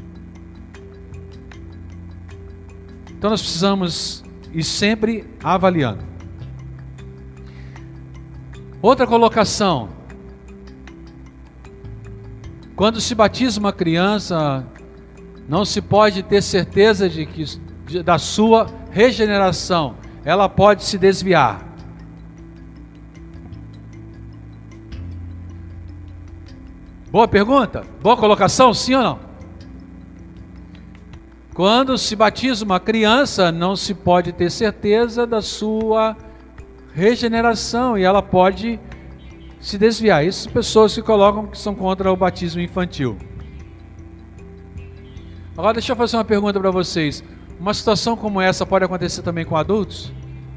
Speaker 1: Então nós precisamos ir sempre avaliando. Outra colocação. Quando se batiza uma criança, não se pode ter certeza da sua regeneração. Ela pode se desviar. Boa pergunta? Boa colocação, sim ou não? Quando se batiza uma criança, não se pode ter certeza da sua regeneração e ela pode se desviar. Isso pessoas que colocam que são contra o batismo infantil. Agora deixa eu fazer uma pergunta para vocês. Uma situação como essa pode acontecer também com adultos?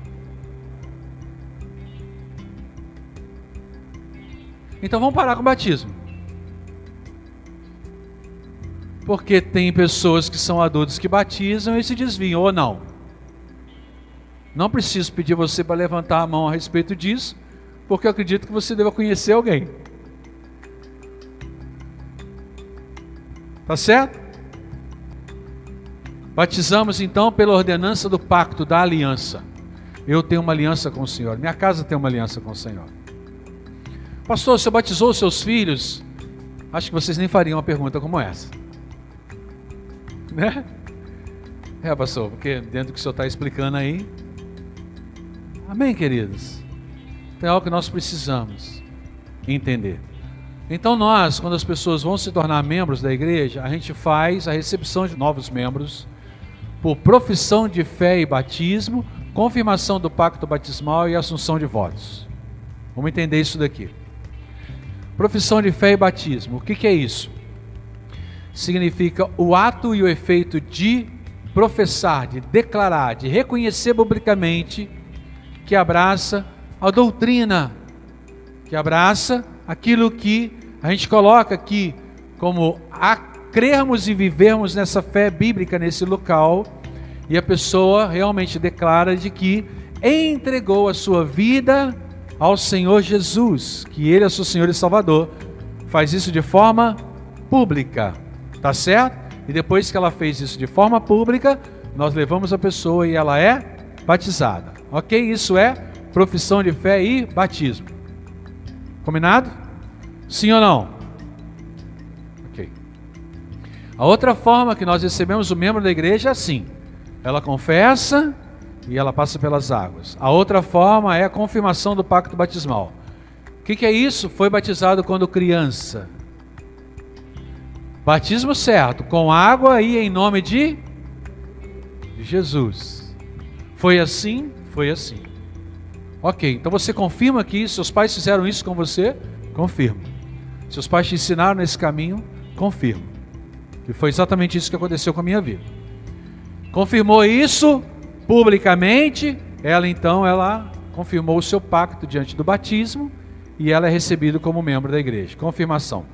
Speaker 1: Então vamos parar com o batismo. Porque tem pessoas que são adultos que batizam e se desviam, ou não. Não preciso pedir você para levantar a mão a respeito disso, porque eu acredito que você deva conhecer alguém. Tá certo? Batizamos então pela ordenança do pacto, da aliança. Eu tenho uma aliança com o Senhor, minha casa tem uma aliança com o Senhor. Pastor, você batizou os seus filhos? Acho que vocês nem fariam uma pergunta como essa. Né? Pastor, porque dentro do que o senhor está explicando aí. Amém, queridos? Então é algo que nós precisamos entender. Então nós, quando as pessoas vão se tornar membros da igreja, a gente faz a recepção de novos membros por profissão de fé e batismo, confirmação do pacto batismal e assunção de votos. Vamos entender isso daqui. Profissão de fé e batismo. O que é isso? Significa o ato e o efeito de professar, de declarar, de reconhecer publicamente que abraça a doutrina, que abraça aquilo que a gente coloca aqui como a crermos e vivermos nessa fé bíblica nesse local, e a pessoa realmente declara de que entregou a sua vida ao Senhor Jesus, que Ele é seu Senhor e Salvador. Faz isso de forma pública, tá certo? E depois que ela fez isso de forma pública, nós levamos a pessoa e ela é batizada, ok? Isso é profissão de fé e batismo. Combinado? Sim ou não? Ok. A outra forma que nós recebemos o membro da igreja é assim: ela confessa e ela passa pelas águas. A outra forma é a confirmação do pacto batismal. O que é isso? Foi batizado quando criança. Batismo certo, com água e em nome de Jesus. Foi assim? Foi assim. Ok, então você confirma que seus pais fizeram isso com você? Confirmo. Seus pais te ensinaram nesse caminho? Confirmo. E foi exatamente isso que aconteceu com a minha vida. Confirmou isso publicamente, ela confirmou o seu pacto diante do batismo e ela é recebida como membro da igreja. Confirmação.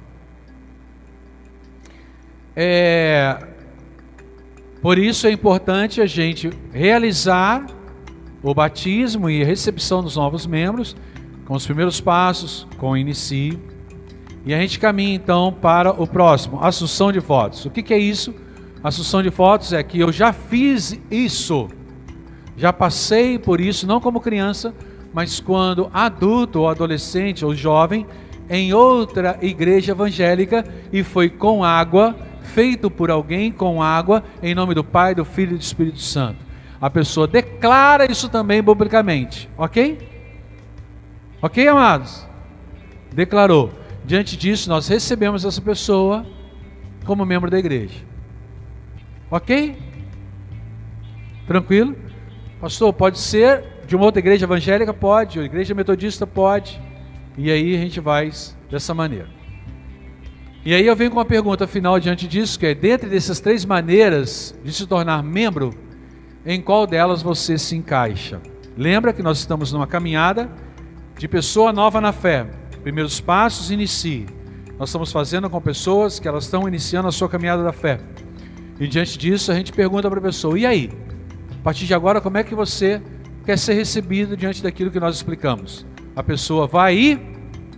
Speaker 1: Por isso é importante a gente realizar o batismo e a recepção dos novos membros, com os primeiros passos, com o inicio, e a gente caminha então para o próximo, assunção de votos. O que é isso? Assunção de votos é que eu já fiz isso, já passei por isso, não como criança, mas quando adulto ou adolescente ou jovem, em outra igreja evangélica, e foi com água, feito por alguém com água, em nome do Pai, do Filho e do Espírito Santo. A pessoa declara isso também publicamente, ok? Ok, amados? Declarou. Diante disso, nós recebemos essa pessoa como membro da igreja. Ok? Tranquilo? Pastor, pode ser de uma outra igreja evangélica? Pode. Ou igreja metodista? Pode. E aí a gente vai dessa maneira. E aí eu venho com uma pergunta final diante disso, que é: dentre dessas três maneiras de se tornar membro, em qual delas você se encaixa? Lembra que nós estamos numa caminhada de pessoa nova na fé. Primeiros passos, inicie. Nós estamos fazendo com pessoas que elas estão iniciando a sua caminhada da fé. E diante disso a gente pergunta para a pessoa: e aí? A partir de agora, como é que você quer ser recebido diante daquilo que nós explicamos? A pessoa vai e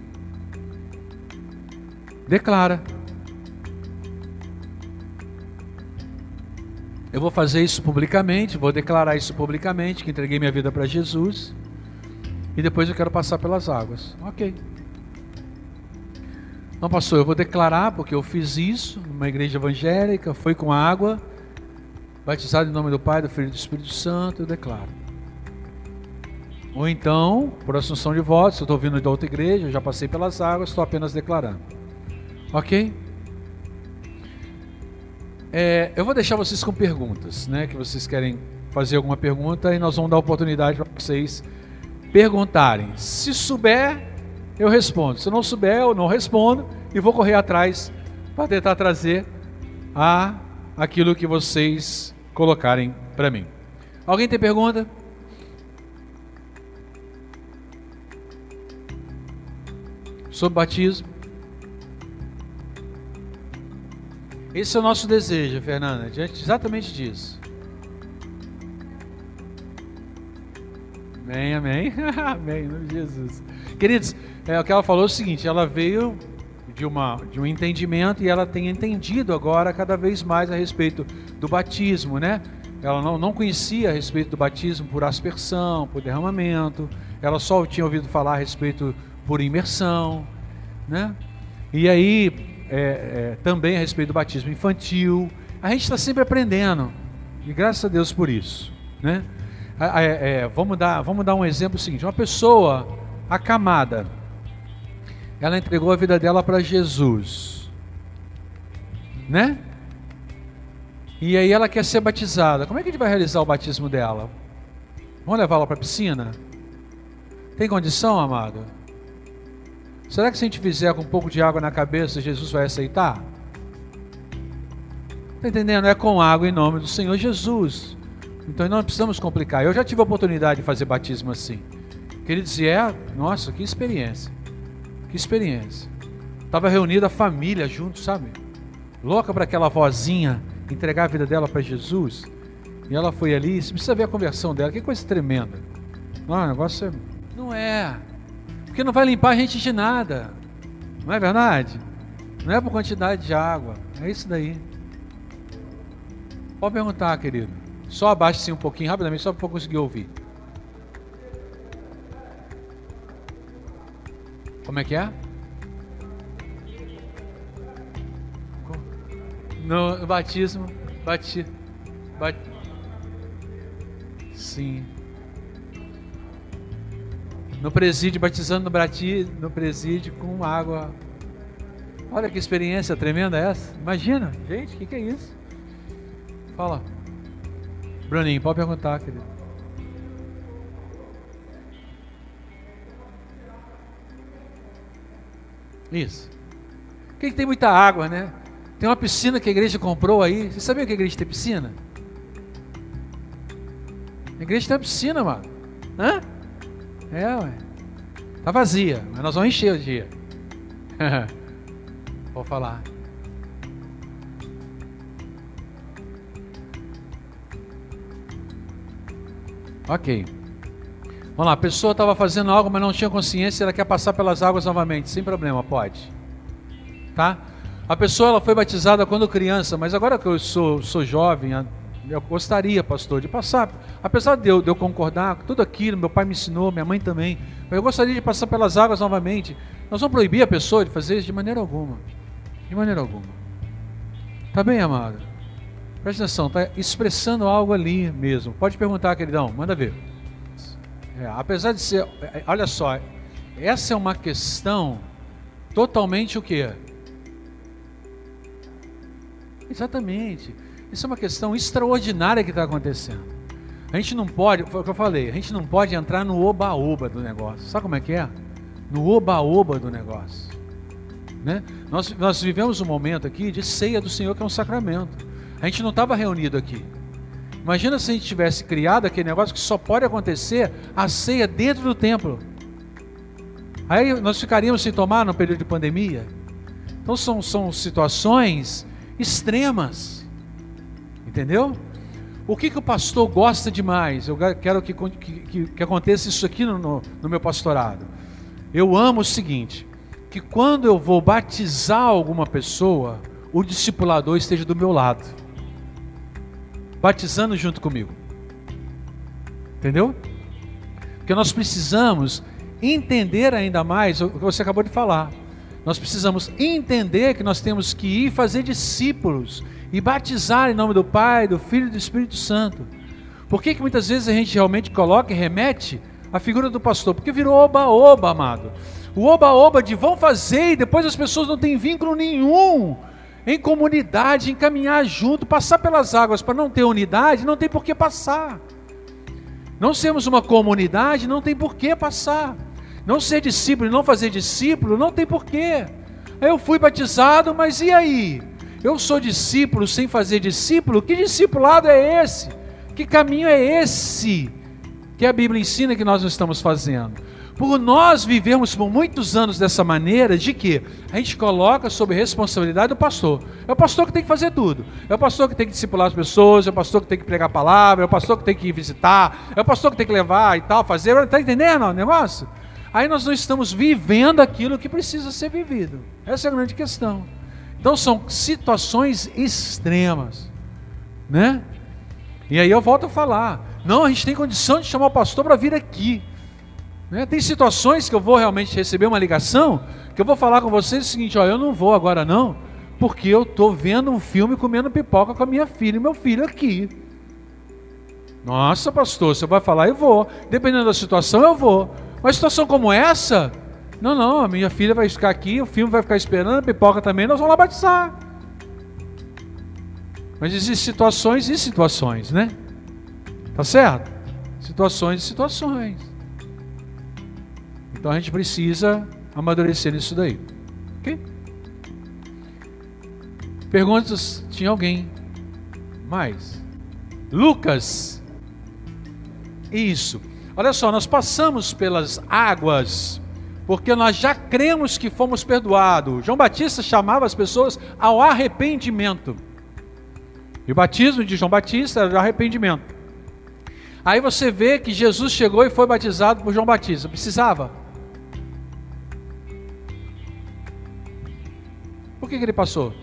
Speaker 1: declara: eu vou fazer isso publicamente, vou declarar isso publicamente, que entreguei minha vida para Jesus, e depois eu quero passar pelas águas. Ok. Não, pastor, eu vou declarar porque eu fiz isso numa igreja evangélica, foi com água, batizado em nome do Pai, do Filho e do Espírito Santo, eu declaro. Ou então, por assunção de votos, eu estou vindo de outra igreja, eu já passei pelas águas, estou apenas declarando. Ok? Eu vou deixar vocês com perguntas, né? Que vocês querem fazer alguma pergunta e nós vamos dar oportunidade para vocês perguntarem. Se souber, eu respondo. Se não souber, eu não respondo e vou correr atrás para tentar trazer aquilo que vocês colocarem para mim. Alguém tem pergunta? Sobre batismo? Esse é o nosso desejo, Fernanda, diante exatamente disso. Amém, amém. Amém, em nome de Jesus. Queridos, o que ela falou é o seguinte: ela veio de um entendimento e ela tem entendido agora cada vez mais a respeito do batismo, né? Ela não conhecia a respeito do batismo por aspersão, por derramamento, ela só tinha ouvido falar a respeito por imersão, né? E aí também a respeito do batismo infantil. A gente está sempre aprendendo, e graças a Deus por isso, né? Vamos dar um exemplo seguinte: uma pessoa acamada, ela entregou a vida dela para Jesus, né? E aí ela quer ser batizada. Como é que a gente vai realizar o batismo dela? Vamos levá-la para a piscina? Tem condição, amado? Será que se a gente fizer com um pouco de água na cabeça, Jesus vai aceitar? Está entendendo? É com água em nome do Senhor Jesus. Então não precisamos complicar. Eu já tive a oportunidade de fazer batismo assim. Queridos, nossa, que experiência. Que experiência. Estava reunida a família junto, sabe? Louca para aquela vozinha entregar a vida dela para Jesus. E ela foi ali, você precisa ver a conversão dela, que coisa tremenda. Não, o negócio é... Não é. Porque não vai limpar a gente de nada. Não é verdade? Não é por quantidade de água. É isso daí. Pode perguntar, querido. Só abaixe assim um pouquinho, rapidamente, só para eu conseguir ouvir. Como é que é? No batismo, sim. No presídio, batizando no presídio com água. Olha que experiência tremenda essa. Imagina, gente, o que é isso? Fala. Bruninho, pode perguntar, querido. Isso. Porque tem muita água, né? Tem uma piscina que a igreja comprou aí. Você sabia que a igreja tem piscina? A igreja tem piscina, mano. Hã? Ué. Tá vazia, mas nós vamos encher o dia. Vou falar. Ok. Vamos lá, a pessoa estava fazendo algo, mas não tinha consciência, ela quer passar pelas águas novamente, sem problema, pode. Tá? A pessoa ela foi batizada quando criança, mas agora que eu sou jovem, eu gostaria, pastor, de passar, apesar de eu concordar com tudo aquilo, meu pai me ensinou, minha mãe também, mas eu gostaria de passar pelas águas novamente. Nós vamos proibir a pessoa de fazer isso de maneira alguma. De maneira alguma. Tá bem, amado? Presta atenção, está expressando algo ali mesmo. Pode perguntar, queridão, manda ver. Apesar de ser, olha só, essa é uma questão totalmente o quê? Exatamente. Isso é uma questão extraordinária que está acontecendo. A gente não pode, foi o que eu falei, a gente não pode entrar no oba-oba do negócio. Sabe como é que é? No oba-oba do negócio. Né? Nós vivemos um momento aqui de ceia do Senhor, que é um sacramento. A gente não estava reunido aqui. Imagina se a gente tivesse criado aquele negócio que só pode acontecer a ceia dentro do templo. Aí nós ficaríamos sem tomar no período de pandemia. Então são situações extremas. Entendeu? O que o pastor gosta demais? Eu quero que aconteça isso aqui no meu pastorado. Eu amo o seguinte, que quando eu vou batizar alguma pessoa, o discipulador esteja do meu lado, batizando junto comigo. Entendeu? Porque nós precisamos entender ainda mais o que você acabou de falar. Nós precisamos entender que nós temos que ir fazer discípulos e batizar em nome do Pai, do Filho e do Espírito Santo. Por que muitas vezes a gente realmente coloca e remete a figura do pastor? Porque virou oba-oba, amado. O oba-oba de vão fazer e depois as pessoas não têm vínculo nenhum em comunidade, em caminhar junto, passar pelas águas para não ter unidade, não tem por que passar. Não sermos uma comunidade, não tem por que passar. Não ser discípulo e não fazer discípulo, não tem por quê. Eu fui batizado, mas e aí? Eu sou discípulo sem fazer discípulo? Que discipulado é esse? Que caminho é esse que a Bíblia ensina que nós não estamos fazendo? Por nós vivermos por muitos anos dessa maneira, de que a gente coloca sob responsabilidade o pastor. É o pastor que tem que fazer tudo. É o pastor que tem que discipular as pessoas, é o pastor que tem que pregar a palavra, é o pastor que tem que ir visitar, é o pastor que tem que levar e tal, fazer. Está entendendo o negócio? Aí nós não estamos vivendo aquilo que precisa ser vivido. Essa é a grande questão. Então são situações extremas, né? E aí eu volto a falar, não, a gente tem condição de chamar o pastor para vir aqui, né? Tem situações que eu vou realmente receber uma ligação, que eu vou falar com vocês o seguinte, ó, eu não vou agora não, porque eu estou vendo um filme comendo pipoca com a minha filha e meu filho aqui. Nossa, pastor, você vai falar, eu vou, dependendo da situação eu vou. Uma situação como essa, não, a minha filha vai ficar aqui, o filme vai ficar esperando, a pipoca também, nós vamos lá batizar. Mas existem situações e situações, né? Tá certo? Situações e situações. Então a gente precisa amadurecer nisso daí. Ok? Perguntas? Tinha alguém mais? Lucas. Isso. Olha só, nós passamos pelas águas porque nós já cremos que fomos perdoados. João Batista chamava as pessoas ao arrependimento. E o batismo de João Batista era o arrependimento. Aí você vê que Jesus chegou e foi batizado por João Batista. Precisava? Por que ele passou?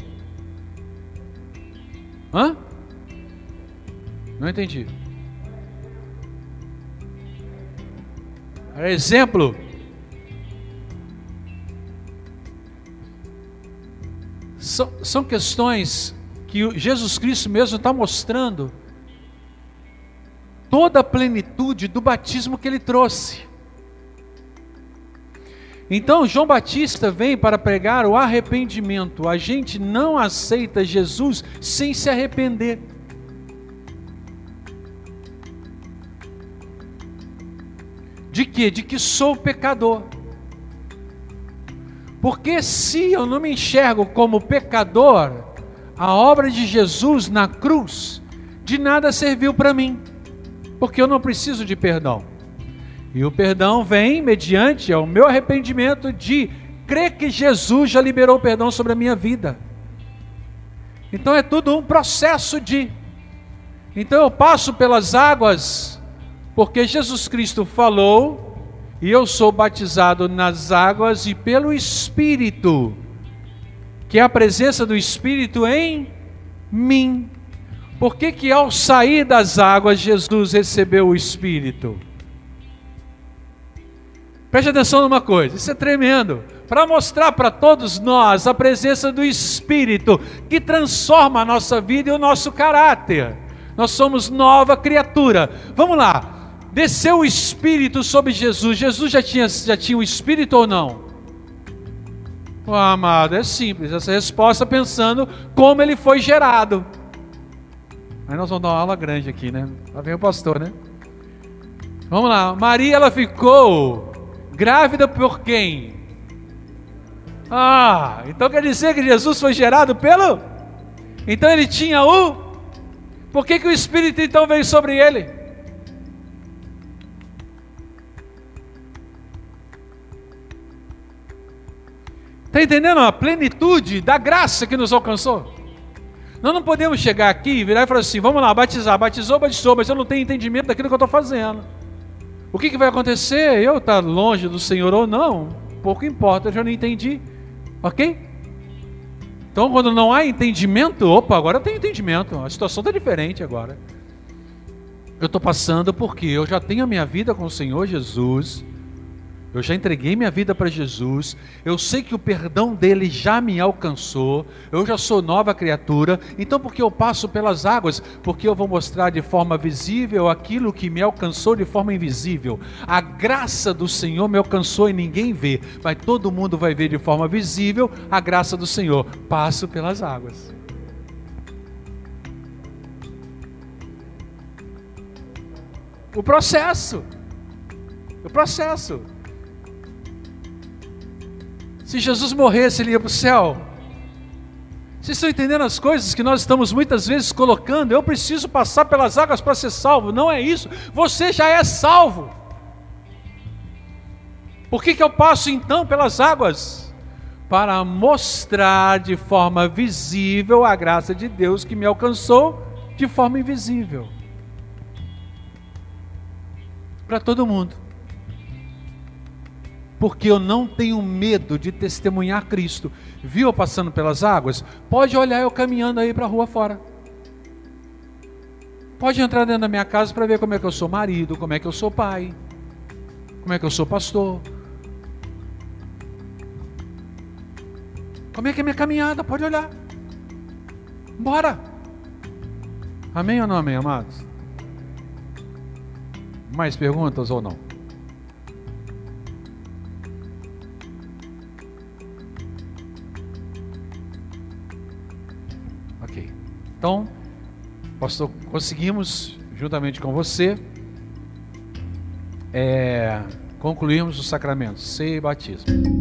Speaker 1: Hã? Não entendi. Era exemplo. São questões que Jesus Cristo mesmo está mostrando toda a plenitude do batismo que ele trouxe. Então João Batista vem para pregar o arrependimento. A gente não aceita Jesus sem se arrepender. De quê? De que sou pecador. Porque se eu não me enxergo como pecador, a obra de Jesus na cruz de nada serviu para mim, porque eu não preciso de perdão. E o perdão vem mediante o meu arrependimento de crer que Jesus já liberou o perdão sobre a minha vida. Então é tudo um processo de... Então eu passo pelas águas porque Jesus Cristo falou, e eu sou batizado nas águas e pelo Espírito, que é a presença do Espírito em mim. Por que ao sair das águas Jesus recebeu o Espírito? Preste atenção numa coisa, isso é tremendo, para mostrar para todos nós a presença do Espírito, que transforma a nossa vida e o nosso caráter. Nós somos nova criatura. Vamos lá. Desceu o Espírito sobre Jesus. Jesus já tinha o Espírito ou não? Amado, é simples essa resposta, pensando como ele foi gerado. Aí nós vamos dar uma aula grande aqui, né? Lá vem o pastor, né? Vamos lá. Maria, ela ficou grávida por quem? Então quer dizer que Jesus foi gerado pelo... Então ele tinha o... Por que o Espírito então veio sobre ele? Está entendendo a plenitude da graça que nos alcançou? Nós não podemos chegar aqui e virar e falar assim, vamos lá, batizar, batizou, mas eu não tenho entendimento daquilo que eu estou fazendo. O que vai acontecer? Eu estar longe do Senhor ou não, pouco importa, eu já não entendi. Ok? Então quando não há entendimento, agora eu tenho entendimento, a situação está diferente agora. Eu estou passando porque eu já tenho a minha vida com o Senhor Jesus. Eu já entreguei minha vida para Jesus, eu sei que o perdão dele já me alcançou, eu já sou nova criatura, então por que eu passo pelas águas? Porque eu vou mostrar de forma visível aquilo que me alcançou de forma invisível. A graça do Senhor me alcançou e ninguém vê, mas todo mundo vai ver de forma visível a graça do Senhor. Passo pelas águas. O processo. Se Jesus morresse, ele ia para o céu. Vocês estão entendendo as coisas que nós estamos muitas vezes colocando? Eu preciso passar pelas águas para ser salvo. Não é isso. Você já é salvo. Por que eu passo então pelas águas? Para mostrar de forma visível a graça de Deus que me alcançou de forma invisível. Para todo mundo. Porque eu não tenho medo de testemunhar Cristo. Viu eu passando pelas águas? Pode olhar eu caminhando aí para a rua fora. Pode entrar dentro da minha casa para ver como é que eu sou marido, como é que eu sou pai, como é que eu sou pastor. Como é que é a minha caminhada? Pode olhar. Bora. Amém ou não amém, amados? Mais perguntas ou não? Então, pastor, conseguimos, juntamente com você, concluirmos os sacramentos, ceia e batismo.